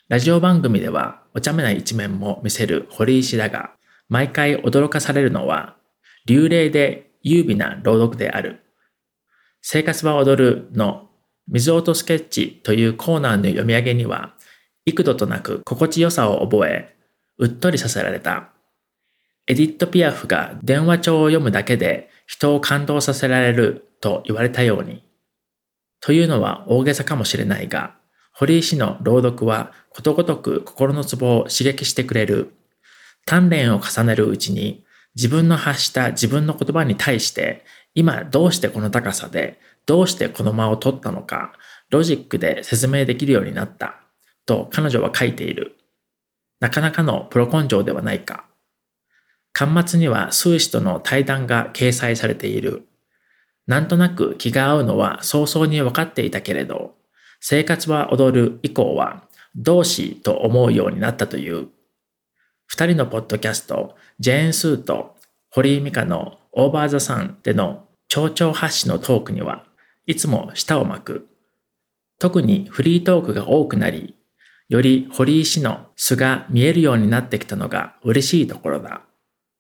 ラジオ番組ではお茶目な一面も見せる堀井氏だが、毎回驚かされるのは、流麗で優美な朗読である。生活は踊るの水音スケッチというコーナーの読み上げには、幾度となく心地よさを覚え、うっとりさせられた。エディット・ピアフが電話帳を読むだけで人を感動させられると言われたように。というのは大げさかもしれないが、堀井氏の朗読はことごとく心のツボを刺激してくれる。鍛錬を重ねるうちに、自分の発した自分の言葉に対して、今どうしてこの高さで、どうしてこの間を取ったのか、ロジックで説明できるようになった、と彼女は書いている。なかなかのプロ根性ではないか。巻末には数氏との対談が掲載されている。なんとなく気が合うのは早々に分かっていたけれど、生活は踊る以降は、同志と思うようになったという。二人のポッドキャスト、ジェーン・スーと堀井美香のオーバー・ザ・サンでの丁々発止のトークにはいつも舌を巻く。特にフリートークが多くなり、より堀井氏の素が見えるようになってきたのが嬉しいところだ。